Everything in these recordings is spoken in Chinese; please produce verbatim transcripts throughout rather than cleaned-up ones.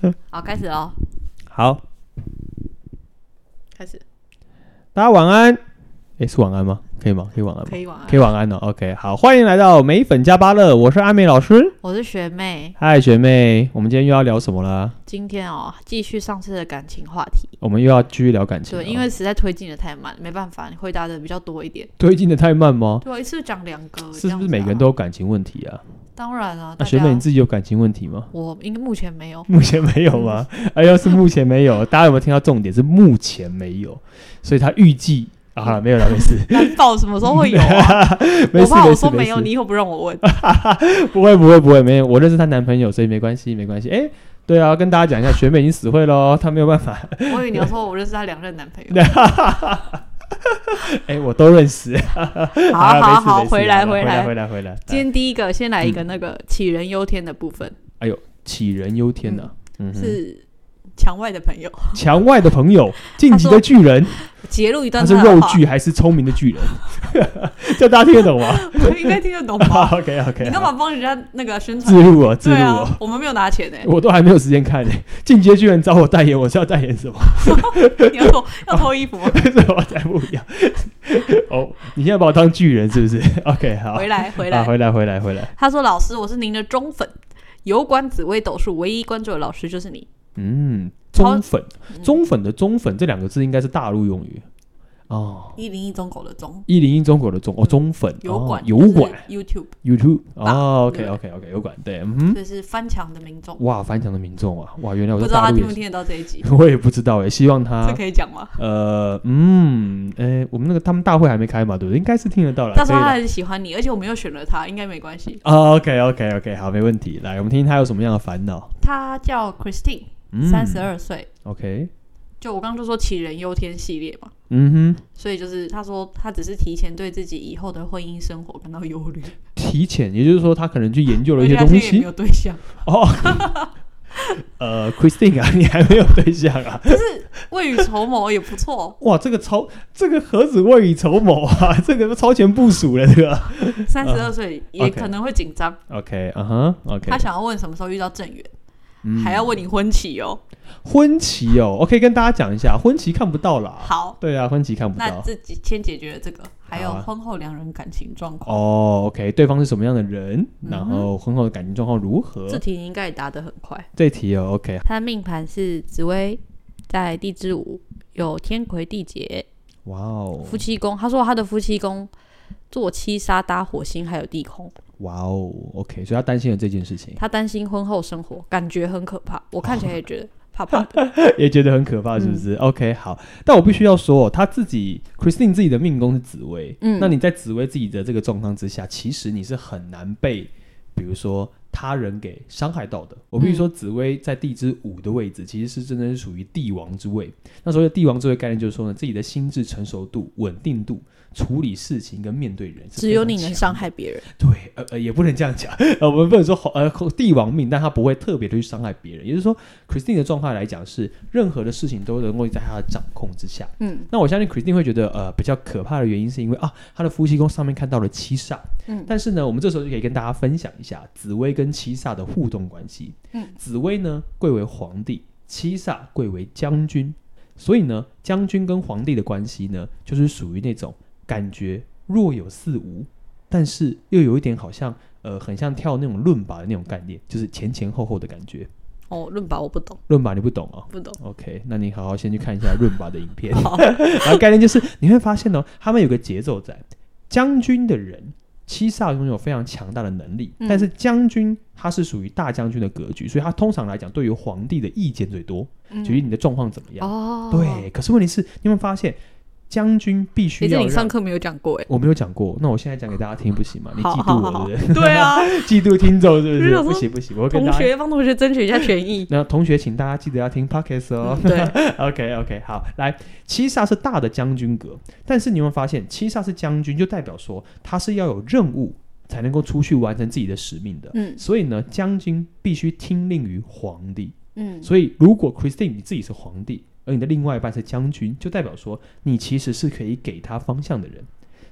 好，开始哦。 好， 开始。 大家晚安。诶，是晚安吗？可以吗？可以晚安吗？ 可以晚安， 可以晚安哦。OK， 好，欢迎来到美粉加芭乐，我是阿美老师， 我是学妹。 嗨，学妹，我们今天又要聊什么啦？ 今天哦，继续上次的感情话题。 我们又要继续聊感情了。 对，因为实在推进的太慢，没办法，你回答的比较多一点。 推进的太慢吗？ 对，一次讲两个， 是不是每个人都有感情问题啊？ 当然啊， 那学妹你自己有感情问题吗？ 我应该目前没有。 目前没有吗？哎，要是目前没有，大家有没有听到重点？是目前没有，所以他预计啊，没有了，没事。 难保什么时候会有啊？ 没事， 我怕我没事说没有， 没事你以后不让我问。 不会，不会，不会，没有。我认识她男朋友，所以没关系，没关系。哎，对啊，跟大家讲一下，学妹已经死会咯，她没有办法。 我以为你要说我认识她两任男朋友。 哎，我都认识。 好好好，回来回来回来回来。 今天第一个，先来一个那个杞人忧天的部分。 哎呦，杞人忧天啊！ 嗯，是墙外的朋友。 墙外的朋友，晋级的巨人。 截录一段他是肉巨还是聪明的巨人？这大家听得懂吗？ 我应该听得懂吧 ？OK OK。 你干嘛帮人家那个宣传？ 自录哦，自录哦、 啊。我们没有拿钱哎、欸， 我都还没有时间看哎、欸。进阶巨人找我代言，我是要代言什么？ 你要脱要脱衣服吗？ 这我才不要。哦，你现在把我当巨人是不是 ？OK， 好。 回来回来、啊、 回来回来回来。 他说：“老师，我是您的忠粉，有关紫微斗数唯一关注的老师就是你。” 嗯。忠粉，忠粉的忠粉这两个字应该是大陆用语哦。 一零一中狗的中， 一零一中狗的中哦，忠粉油管油管 YouTube YouTube 哦 ，OK OK OK 油管对，嗯， 这是翻墙的民众哇，翻墙的民众啊，哇，原来我不知道他听不听得到这一集， 我也不知道哎，希望他这可以讲吗？ 呃嗯，哎，我们那个他们大会还没开嘛，对不对？应该是听得到了。 他说他很喜欢你，而且我们又选了他，应该没关系。 哦 OK OK OK 好，没问题。来，我们听听他有什么样的烦恼。 他叫 Christine。三十二岁 ，OK， 就我刚刚就说杞人忧天系列嘛， 嗯哼， 所以就是他说他只是提前对自己以后的婚姻生活感到忧虑， 提前，也就是说他可能去研究了一些东西， 而且他也没有对象哦，呃 ，Christine 啊，你还没有对象啊？ 就是未雨绸缪也不错。 哇，这个超这个何止未雨绸缪啊，这个超前部署了，这个三十二岁也可能会紧张。 OK， 嗯哼 ，OK， 他想要问什么时候遇到正缘。嗯、还要问你婚期哦， 婚期哦 ，OK， 跟大家讲一下，婚期看不到啦。 好， 对啊，婚期看不到。 那自己先解决了这个，还有婚后两人感情状况。 哦 ，OK， 对方是什么样的人，嗯、然后婚后的感情状况如何？ 这题你应该也答得很快。 这题哦 ，OK。 他的命盘是紫微在地支午，有天魁地劫。 哇哦， 夫妻宫，他说他的夫妻宫做七杀搭火星还有地空。 哇哦 ，OK， 所以他担心了这件事情。 他担心婚后生活，感觉很可怕。我看起来也觉得怕怕的， 也觉得很可怕，是不是、嗯、？OK， 好。但我必须要说，他自己 Christine 自己的命宫是紫微，嗯，那你在紫微自己的这个状况之下，其实你是很难被，比如说他人给伤害到的。我必须说，紫微在地支午的位置，其实是真的是属于帝王之位。那所谓的帝王之位概念就是说呢，自己的心智成熟度、稳定度。处理事情跟面对人， 只有你能伤害别人。 对，呃呃，也不能这样讲。呃，我们不能说呃帝王命，但他不会特别的去伤害别人。也就是说 ，Christine 的状态来讲是任何的事情都能够在他的掌控之下。嗯，那我相信 Christine 会觉得呃比较可怕的原因是因为啊，他的夫妻宫上面看到了七煞。嗯，但是呢，我们这时候就可以跟大家分享一下紫微跟七煞的互动关系。嗯，紫微呢贵为皇帝，七煞贵为将军，所以呢，将军跟皇帝的关系呢，就是属于那种。感觉若有似无，但是又有一点好像呃，很像跳那种论靶的那种概念，就是前前后后的感觉。 哦，论靶我不懂， 论靶你不懂哦， 不懂。 OK， 那你好好先去看一下论靶的影片。然后概念就是你会发现哦，他们有个节奏在。将军的人，七煞拥有非常强大的能力，嗯、但是将军他是属于大将军的格局，所以他通常来讲对于皇帝的意见最多，嗯、举例你的状况怎么样？哦，对。可是问题是，你有没有发现？将军必须要让、欸、 这你上课没有讲过哎， 我没有讲过，那我现在讲给大家听不行吗？你嫉妒我对不对？对啊， 嫉妒听众是不是？不行不行，我跟同学帮同学争取一下权益。 那同学，请大家记得要听 podcast 哦。 嗯、对 ，OK OK， 好，来，七煞是大的将军格，但是你有没有发现，七煞是将军，就代表说他是要有任务才能够出去完成自己的使命的。嗯，所以呢，将军必须听令于皇帝。嗯，所以如果 Christine 你自己是皇帝。而你的另外一半是将军，就代表说你其实是可以给他方向的人。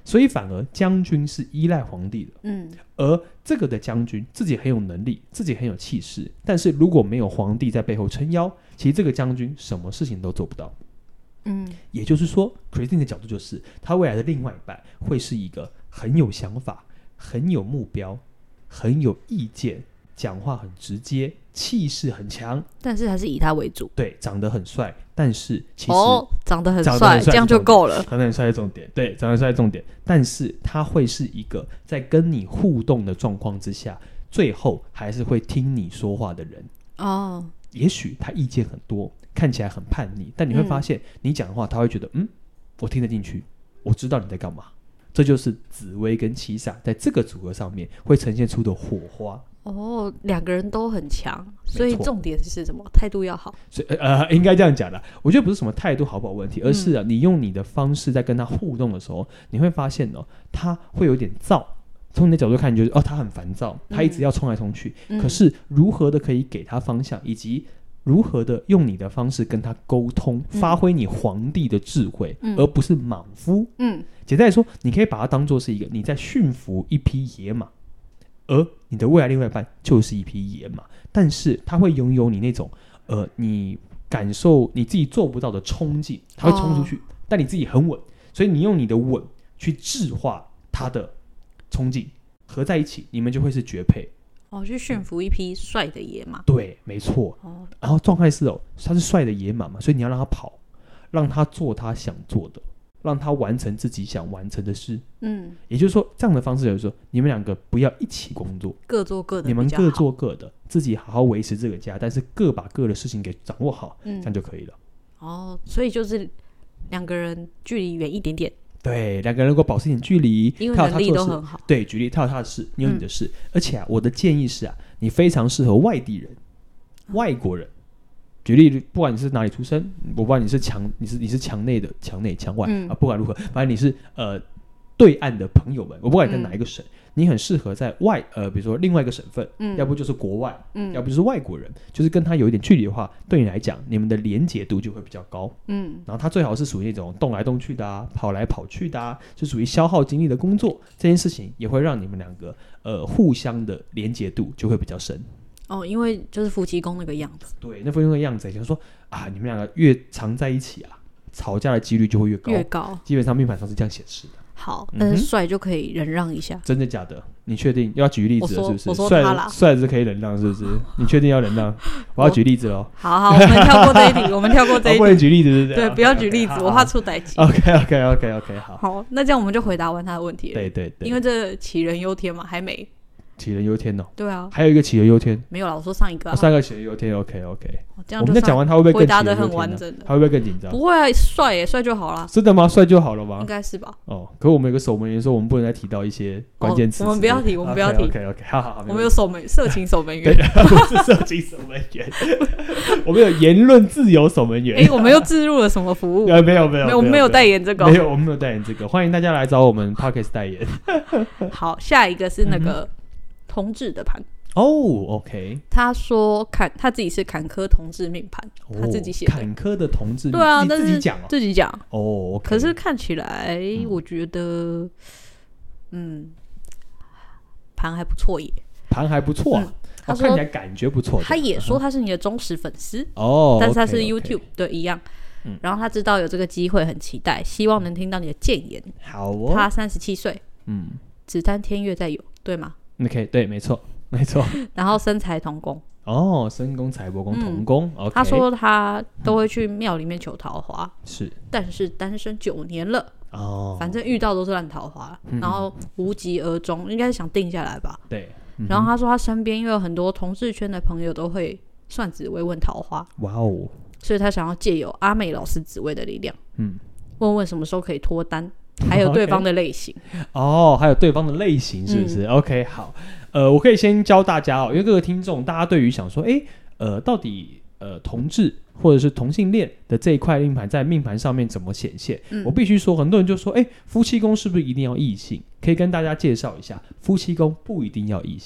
所以反而将军是依赖皇帝的。 嗯， 而这个的将军自己很有能力，自己很有气势，但是如果没有皇帝在背后撑腰，其实这个将军什么事情都做不到。嗯，也就是说 Christine 的角度就是他未来的另外一半会是一个很有想法、很有目标、很有意见，讲话很直接，气势很强， 但是还是以他为主。 对，长得很帅，但是其实哦，长得很帅，这样就够了。 长得很帅是重点，对，长得帅是重点，但是他会是一个在跟你互动的状况之下，最后还是会听你说话的人。哦，也许他意见很多，看起来很叛逆，但你会发现你讲的话他会觉得嗯，我听得进去，我知道你在干嘛。这就是紫薇跟七煞在这个组合上面会呈现出的火花。 哦，两个人都很强，所以重点是什么？态度要好。 所以呃，应该这样讲的。我觉得不是什么态度好不好问题，而是啊，嗯、你用你的方式在跟他互动的时候，你会发现哦，他会有点躁。从你的角度看，你就是哦，他很烦躁，他一直要冲来冲去。嗯、可是如何的可以给他方向，以及如何的用你的方式跟他沟通，嗯、发挥你皇帝的智慧，嗯、而不是莽夫。嗯，简单来说，你可以把它当作是一个你在驯服一匹野马。而你的未来另外一半就是一匹野马，但是他会拥有你那种呃，你感受你自己做不到的冲劲，他会冲出去，哦、但你自己很稳，所以你用你的稳去质化他的冲劲，合在一起，你们就会是绝配。 哦，去驯服一匹帅的野马。 对，没错。哦，然后状态是哦，他是帅的野马嘛，所以你要让他跑，让他做他想做的。让他完成自己想完成的事，嗯，也就是说，这样的方式就是说，你们两个不要一起工作， 各做各的， 你们各做各的，自己好好维持这个家，但是各把各的事情给掌握好，嗯、这样就可以了。 哦，所以就是两个人距离远一点点， 对，两个人如果保持一点距离， 因为能力都很好， 对，举例他有他的事，你有你的事，嗯、而且啊，我的建议是啊，你非常适合外地人、嗯、外国人。举例，不管你是哪里出生，我不管你是墙，你是你是墙内的、墙内、墙外、嗯、啊，不管如何，反正你是呃对岸的朋友们，我不管你在哪一个省，嗯、你很适合在外呃，比如说另外一个省份，嗯、要不就是国外，嗯、要不就是外国人，就是跟他有一点距离的话，对你来讲，你们的连结度就会比较高，嗯，然后他最好是属于那种动来动去的啊，跑来跑去的啊，是属于消耗精力的工作，这件事情也会让你们两个呃互相的连结度就会比较深。 哦，因为就是夫妻宫那个样子。 对，那夫妻宫的样子，就是说啊，你们两个越常在一起啊，吵架的几率就会越高。 越高， 基本上命盘上是这样显示的。 好，但是帅就可以忍让一下。 真的假的？你确定要举例子了是不是？ 我说他啦， 帅是可以忍让是不是？你确定要忍让？我要举例子喽。 好好，我们跳过这一题，我们跳过这一题。 不能举例子是不是？ 对，不要举例子，我怕出代志。 OK OK OK OK， 好。 好，那这样我们就回答完他的问题了。 对对对， 因为这杞人忧天嘛，还没。 杞人忧天哦， 对啊， 还有一个杞人忧天， 没有啦，我说上一个、啊， 哦、上一个杞人忧天 ，OK OK， 哦、这样我们再讲完他会不会更回答的很完整的？ 他会不会更紧张？ 不会啊，帅耶，帅就好了。 真的吗？帅就好了吗？ 应该是吧。 哦，可是我们有个守门员说，我们不能再提到一些关键词、 哦，我们不要提，我们不要提。 OK OK， 好好好， 我们有守门色情守门员， 不是色情守门员，我们有言论自由守门员。 哎、欸，我们又置入了什么服务？ 没有没有没有， 我们没有代言这个， 没有，我们没有代言这个，欢迎大家来找我们 Podcast 代言。 好，下一个是那个。嗯同志的盘哦、oh, ，OK。 他说坎他自己是坎坷同志命盘， oh, 他自己写的。 坎坷的同志命， 对啊， 你自己讲哦， 自己讲哦。Oh, okay. 可是看起来，我觉得，嗯，盘还不错耶， 盘还不错啊。嗯他说、哦、看起来感觉不错。 他也说他是你的忠实粉丝哦， 但是他是 YouTube，、 okay, okay. 对，一样。嗯、然后他知道有这个机会，很期待，希望能听到你的建言。 好哦。 他三十七岁，嗯，只贪天月在有，对吗？ OK， 对，没错，没错。 然后身财同宫， 哦，身宫财帛宫同宫、嗯 okay。 他说他都会去庙里面求桃花， 是、嗯， 但是单身九年了，哦，反正遇到都是烂桃花，嗯、然后无疾而终，应该是想定下来吧。 对。 嗯、然后他说他身边因为有很多同志圈的朋友都会算紫微问桃花， 哇哦， 所以他想要借由阿美老师紫微的力量，嗯，问问什么时候可以脱单。还有对方的类型、 okay. 哦，还有对方的类型是不是、嗯、？OK， 好，呃，我可以先教大家哦，因为各个听众大家对于想说，哎，呃，到底呃同志或者是同性恋的这一块命盘在命盘上面怎么显现、嗯？我必须说，很多人就说，哎，夫妻宫是不是一定要异性？可以跟大家介绍一下，夫妻宫不一定要异性。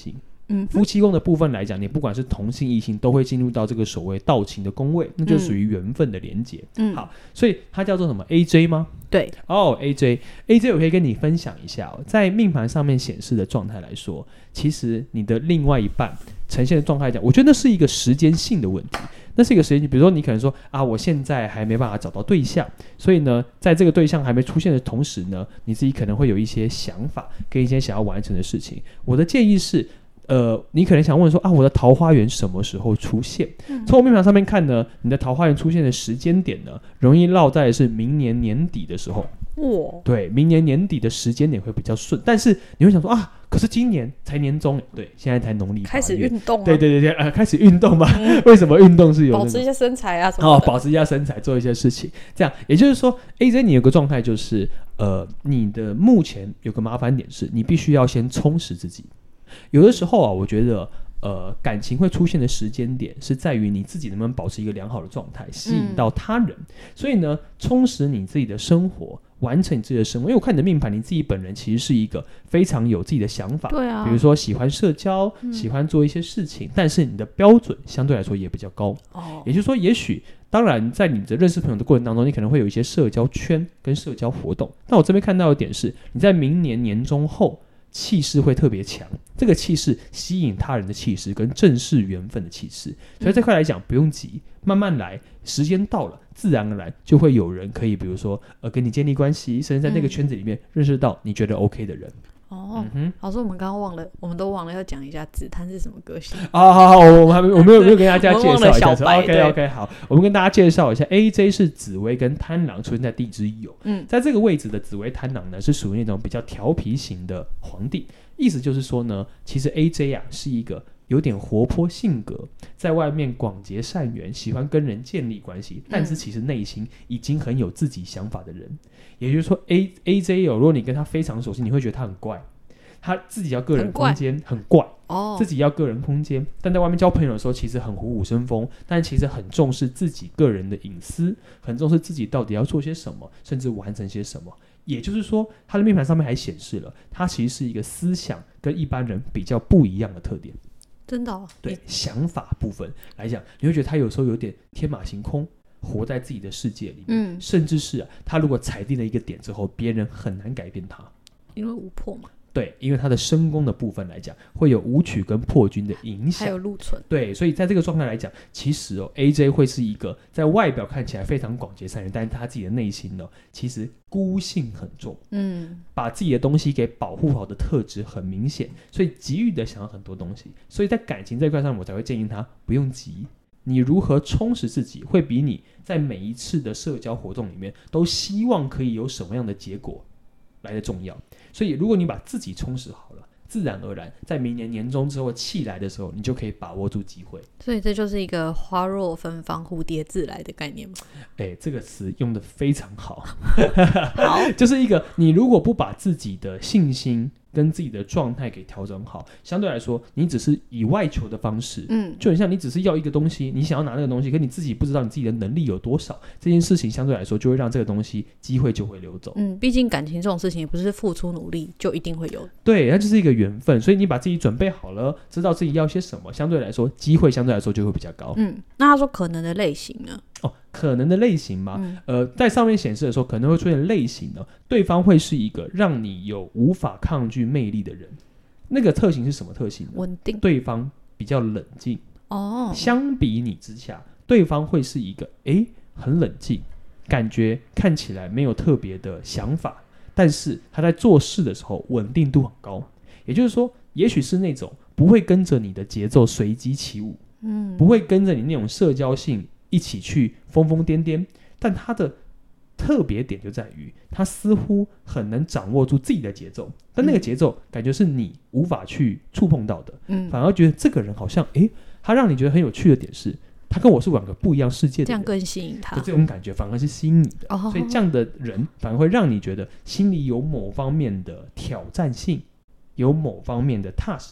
嗯， 夫妻宫的部分来讲，你不管是同性异性都会进入到这个所谓道情的宫位，那就属于缘分的连结。嗯，好，所以它叫做什么 A J 吗？ 对， 哦、oh, A J A J 我可以跟你分享一下、哦、在命盘上面显示的状态来说，其实你的另外一半呈现的状态来讲，我觉得那是一个时间性的问题。那是一个时间，比如说你可能说啊，我现在还没办法找到对象，所以呢，在这个对象还没出现的同时呢，你自己可能会有一些想法跟一些想要完成的事情。我的建议是，呃，你可能想问说啊，我的桃花源什么时候出现？嗯、从我命盘上面看呢，你的桃花源出现的时间点呢，容易落在的是明年年底的时候。 哇， 对，明年年底的时间点会比较顺，但是你会想说啊，可是今年才年中，对，现在才农历开始运动、啊， 对对对对，呃，开始运动嘛、嗯？为什么运动是有、那個、 保持一下身材啊什么的？ 哦，保持一下身材，做一些事情，这样也就是说 ，A J 你有个状态就是，呃，你的目前有个麻烦点是，你必须要先充实自己。有的时候啊，我觉得。呃，感情会出现的时间点是在于你自己能不能保持一个良好的状态，吸引到他人、嗯、所以呢，充实你自己的生活，完成你自己的生活。因为我看你的命盘，你自己本人其实是一个非常有自己的想法， 对啊， 比如说喜欢社交、嗯、喜欢做一些事情，但是你的标准相对来说也比较高、哦、也就是说也许当然在你的认识朋友的过程当中，你可能会有一些社交圈跟社交活动，但我这边看到的点是你在明年年中后气势会特别强，这个气势吸引他人的气势跟正式缘分的气势，所以这块来讲不用急，慢慢来，时间到了自然而然就会有人可以比如说呃跟你建立关系，甚至在那个圈子里面认识到你觉得 OK 的人。 哦、嗯，老师，我们刚刚忘了，我们都忘了要讲一下子贪是什么个性啊！好好，我们还没，我没有没有跟大家介绍一下。OK OK， 好，我们跟大家介绍一下 ，A J 是紫微跟贪狼出现在地支酉。嗯，在这个位置的紫微贪狼呢，是属于那种比较调皮型的皇帝。意思就是说呢，其实 A J 啊是一个有点活泼性格，在外面广结善缘，喜欢跟人建立关系，但是其实内心已经很有自己想法的人。也就是说 A AJ 哦，如果你跟他非常熟悉，你会觉得他很怪，他自己要个人空间，很怪哦，自己要个人空间，但在外面交朋友的时候，其实很虎虎生风，但其实很重视自己个人的隐私，很重视自己到底要做些什么，甚至完成些什么。也就是说，他的命盘上面还显示了，他其实是一个思想跟一般人比较不一样的特点。 真的、哦？ 对，想法部分来讲，你会觉得他有时候有点天马行空，活在自己的世界里面，嗯、甚至是、啊、他如果踩定了一个点之后，别人很难改变他， 因为无破嘛。 对，因为他的身宫的部分来讲，会有武曲跟破军的影响， 还有禄存。 对，所以在这个状态来讲，其实哦 ，A J 会是一个在外表看起来非常广结善缘，但是他自己的内心呢，其实孤性很重，嗯，把自己的东西给保护好的特质很明显，所以急于的想要很多东西，所以在感情这一块上，我才会建议他不用急。你如何充实自己，会比你在每一次的社交活动里面都希望可以有什么样的结果来的重要。所以如果你把自己充实好了，自然而然在明年年中之后气来的时候，你就可以把握住机会。 所以这就是一个花若芬芳蝴蝶自来的概念吗？ 哎，这个词用得非常好好，就是一个你如果不把自己的信心跟自己的状态给调整好，相对来说你只是以外求的方式，嗯，就很像你只是要一个东西，你想要拿那个东西，可你自己不知道你自己的能力有多少，这件事情相对来说就会让这个东西机会就会流走。 嗯，毕竟感情这种事情也不是付出努力就一定会有， 对，它就是一个缘分，所以你把自己准备好了，知道自己要些什么，相对来说机会相对来说就会比较高。 嗯，那他说可能的类型呢？ 哦，可能的类型吗、嗯、呃，在上面显示的时候可能会出现类型呢，对方会是一个让你有无法抗拒魅力的人。那个特性是什么特性呢？ 稳定， 对方比较冷静哦。相比你之下，对方会是一个诶很冷静，感觉看起来没有特别的想法，但是他在做事的时候稳定度很高。也就是说，也许是那种不会跟着你的节奏随机起舞，嗯，不会跟着你那种社交性一起去疯疯癫癫，但他的特别点就在于他似乎很能掌握住自己的节奏，但那个节奏感觉是你无法去触碰到的，嗯，反而觉得这个人好像诶，他让你觉得很有趣的点是他跟我是两个不一样世界的人， 这样更吸引他， 这种感觉反而是吸引你的、哦、所以这样的人反而会让你觉得心里有某方面的挑战性，有某方面的踏实感，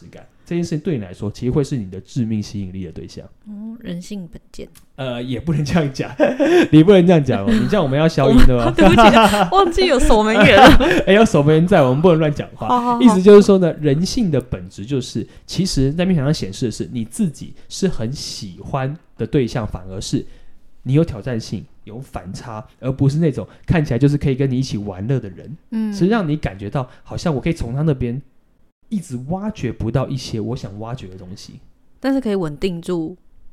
这件事情对你来说其实会是你的致命吸引力的对象。 哦，人性本贱。 呃，也不能这样讲，你不能这样讲哦，你这样我们要消音的哦。 对不起，忘记有守门员了。 哎，有守门员在，我们不能乱讲话。 好好好， 意思就是说呢，人性的本质就是，其实在面谈上显示的是，你自己是很喜欢的对象，反而是你有挑战性、有反差，而不是那种看起来就是可以跟你一起玩乐的人。嗯，是让你感觉到好像我可以从他那边一直挖掘不到一些我想挖掘的东西， 但是可以稳定住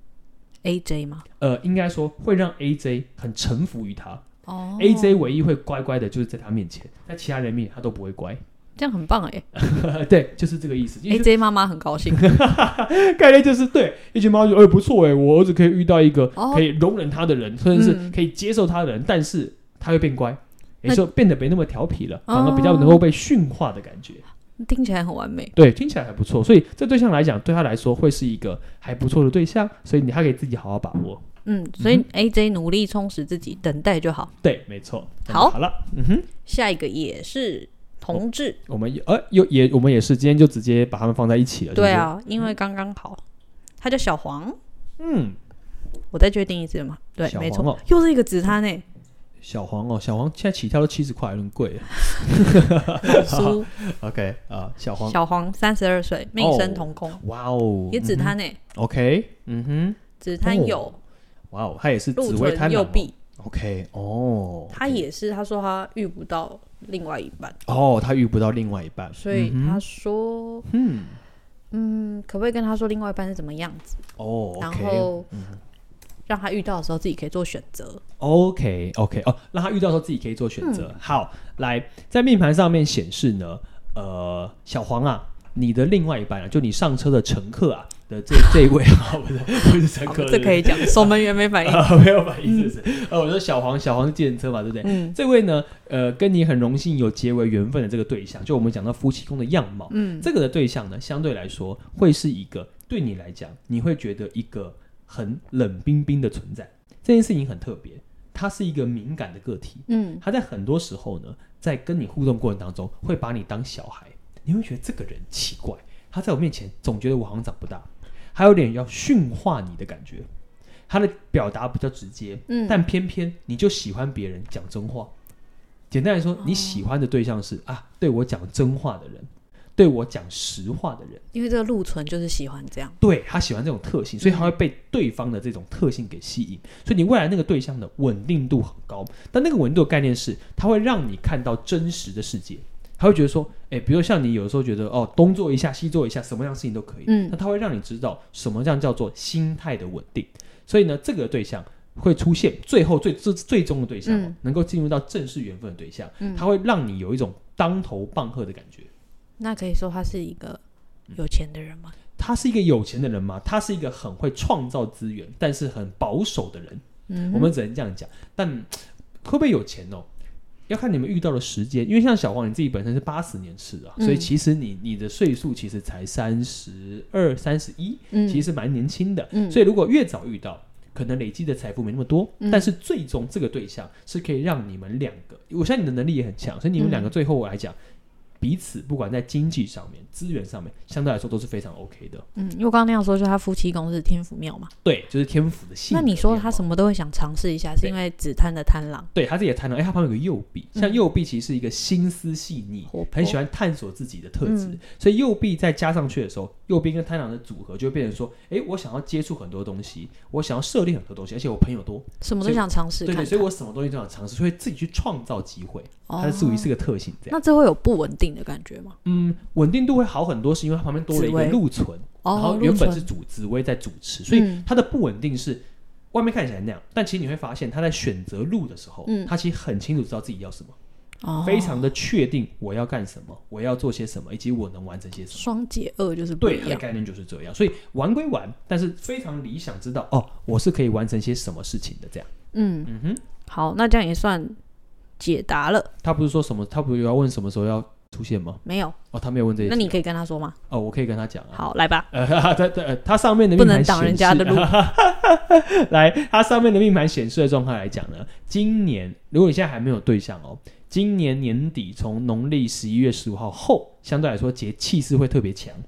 A J 吗？ 呃，应该说会让 A J 很臣服于他。哦 ，A J 唯一会乖乖的就是在他面前，在其他人面前他都不会乖。 这样很棒哎。 对，就是这个意思。 A J 妈妈很高兴。 概念就是对 A J 妈妈就哎不错哎，我儿子可以遇到一个可以容忍他的人，甚至是可以接受他的人，嗯、但是他会变乖，也就变得没那么调皮了，反而比较能够被驯化的感觉。 听起来很完美。 对，听起来还不错，所以这对象来讲，对他来说会是一个还不错的对象，所以你还可以自己好好把握。 嗯，所以 A J 努力充实自己，等待就好。 对，没错。 好， 好了，嗯哼， 下一个也是同志， 哦、我们呃有也我们也是今天就直接把他们放在一起了。 对啊，因为刚刚好，他叫小黄。 嗯， 我再确定一次嘛？对， 哦、 没错，又是一个子摊诶。 小黄哦，小黄现在起跳都七十块，有点贵。 苏 ，OK 啊、uh, ，小黄， 小黄三十二岁，命生同宫。 哇哦， 也紫贪诶。 OK， 嗯哼， 紫贪有， 哇哦，他也是紫微贪狼、哦。 右臂 OK， 哦， 他也是，他说他遇不到另外一半。 哦，他遇不到另外一半， 所以他说，嗯嗯，可不可以跟他说另外一半是怎么样子？ 哦， okay, 然后。嗯让他遇到的时候自己可以做选择。 OK OK 哦，让他遇到的时候自己可以做选择。嗯、好，来在命盘上面显示呢，呃，小黄啊，你的另外一半啊，就你上车的乘客啊的这这一位啊，不是不是乘客， 这可以讲，守门员没反应， 呃、没有反应，是不是？嗯、呃，我说小黄，小黄是计程车嘛，对不对？嗯，这位呢，呃，跟你很荣幸有结为缘分的这个对象，就我们讲到夫妻宫的样貌，嗯，这个的对象呢，相对来说会是一个对你来讲，你会觉得一个。很冷冰冰的存在，这件事情很特别，他是一个敏感的个体，嗯，他在很多时候呢，在跟你互动过程当中，会把你当小孩，你会觉得这个人奇怪，他在我面前总觉得我好像长不大，还有点要驯化你的感觉，他的表达比较直接，嗯，但偏偏你就喜欢别人讲真话。简单来说，你喜欢的对象是啊，对我讲真话的人。对我讲实话的人， 因为这个禄存就是喜欢这样， 对他喜欢这种特性，所以他会被对方的这种特性给吸引，所以你未来那个对象的稳定度很高，但那个稳定度的概念是，他会让你看到真实的世界，他会觉得说，哎，比如像你有的时候觉得哦，东做一下西做一下，什么样的事情都可以，嗯，那他会让你知道什么样叫做心态的稳定，所以呢，这个对象会出现最后最最最终的对象、哦嗯、能够进入到正式缘分的对象，嗯，他会让你有一种当头棒喝的感觉。 那可以说他是一个有钱的人吗？ 他是一个有钱的人吗？他是一个很会创造资源但是很保守的人、嗯、我们只能这样讲，但会不会有钱哦，要看你们遇到的时间，因为像小黄你自己本身是八十年次啊、嗯、所以其实你你的岁数其实才三十二三十一，其实蛮年轻的、嗯、所以如果越早遇到可能累积的财富没那么多、嗯、但是最终这个对象是可以让你们两个，我相信你的能力也很强，所以你们两个最后来讲、嗯彼此不管在经济上面资源上面相对来说都是非常 OK 的。 嗯，因为我刚刚那样说就是他夫妻宫是天府庙嘛， 对，就是天府的性格。 那你说他什么都会想尝试一下，是因为紫贪的贪狼？ 对，他自己的贪狼，哎，他旁边有个右臂，像右臂其实是一个心思细腻、嗯、很喜欢探索自己的特质、嗯、所以右臂再加上去的时候，右臂跟贪狼的组合就会变成说，哎，我想要接触很多东西，我想要涉猎很多东西，而且我朋友多， 什么都想尝试看看， 对对，所以我什么东西都想尝试，所以自己去创造机会，它是属于是个特性这样。 那这会有不稳定的感觉吗？ 嗯，稳定度会好很多，是因为它旁边多了一个禄存、哦、然后原本是主紫微在主持，所以它的不稳定是外面看起来那样，但其实你会发现他在选择路的时候、嗯、他其实很清楚知道自己要什么、哦、非常的确定我要干什么，我要做些什么，以及我能完成些什么。 双解二就是不一样， 对，他的概念就是这样，所以玩归玩，但是非常理想知道哦，我是可以完成些什么事情的这样。 嗯嗯哼，好，那这样也算解答了。 他不是说什么，他不是要问什么时候要出现吗？ 没有哦， 他没有问这些。 那你可以跟他说吗？ 哦，我可以跟他讲啊。 好，来吧。 呃，他他他他上面的命盘显示不能挡人家的路。来，他上面的命盘显示的状态来讲呢，今年如果你现在还没有对象哦，今年年底从农历十一月十五号后，相对来说节气势会特别强。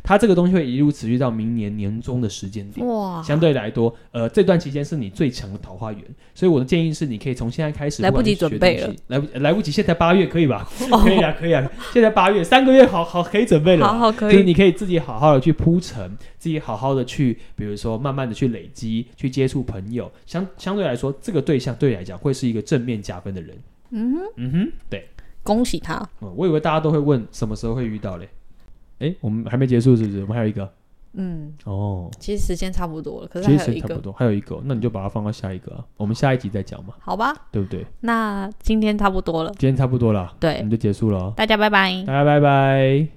它这个东西会一路持续到明年年中的时间点。哇，相对来说，呃，这段期间是你最强的桃花源，所以我的建议是，你可以从现在开始， 来不及准备了， 来不来不及，现在八月可以吧？哦、可以啊，可以啊，现在八月三个月好好可以准备了， 好好可以， 就是你可以自己好好的去铺陈，自己好好的去，比如说慢慢的去累积，去接触朋友，相相对来说，这个对象对你来讲会是一个正面加分的人。嗯哼，嗯哼，对， 恭喜他。 嗯，我以为大家都会问什么时候会遇到嘞？哎，我们还没结束是不是？我们还有一个。嗯，哦， 其实时间差不多了，可是还有一个， 其实差不多，还有一个，那你就把它放到下一个啊，我们下一集再讲嘛， 好吧？ 对不对？ 那今天差不多了， 今天差不多了， 对， 我们就结束了， 大家拜拜， 大家拜拜。